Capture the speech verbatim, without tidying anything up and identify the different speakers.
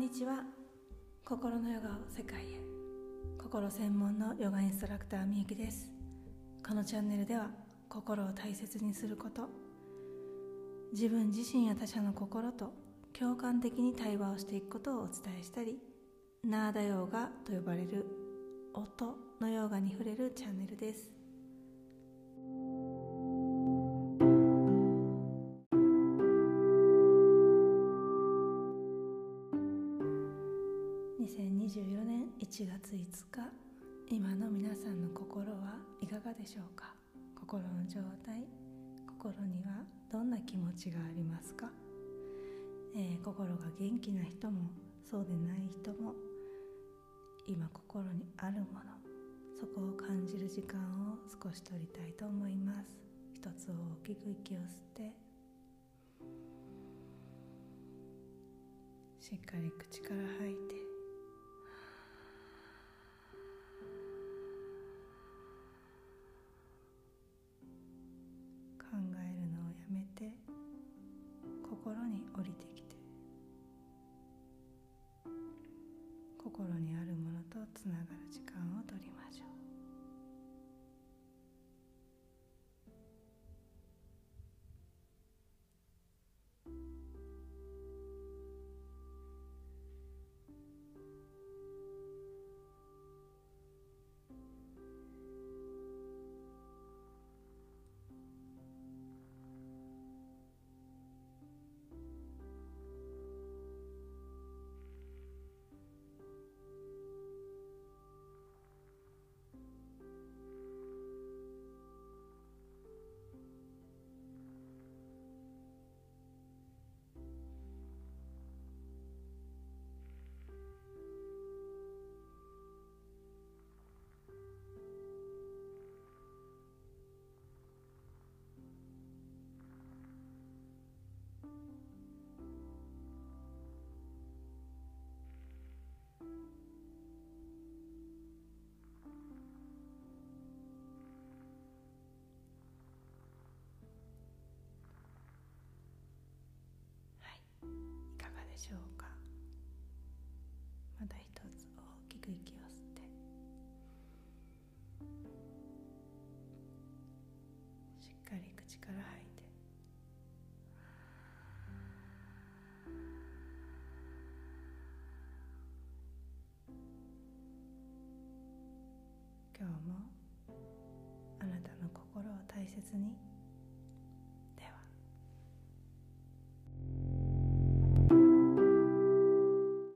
Speaker 1: にちは。心のヨガを世界へ。心専門のヨガインストラクターみゆきです。このチャンネルでは心を大切にすること、自分自身や他者の心と共感的に対話をしていくことをお伝えしたり、ナーダヨーガと呼ばれる音のヨガに触れるチャンネルです。にせんにじゅうよねんいちがついつか、今の皆さんの心はいかがでしょうか。心の状態、心にはどんな気持ちがありますか。えー、心が元気な人もそうでない人も、今心にあるもの、そこを感じる時間を少し取りたいと思います。一つ大きく息を吸って、しっかり口から吐いて、考えるのをやめて心に降りてきて、心にあるものとつながる時間を取りましょう。いかがでしょうか。また一つ大きく息を吸って、しっかり口から吐いて、今日もあなたの心を大切に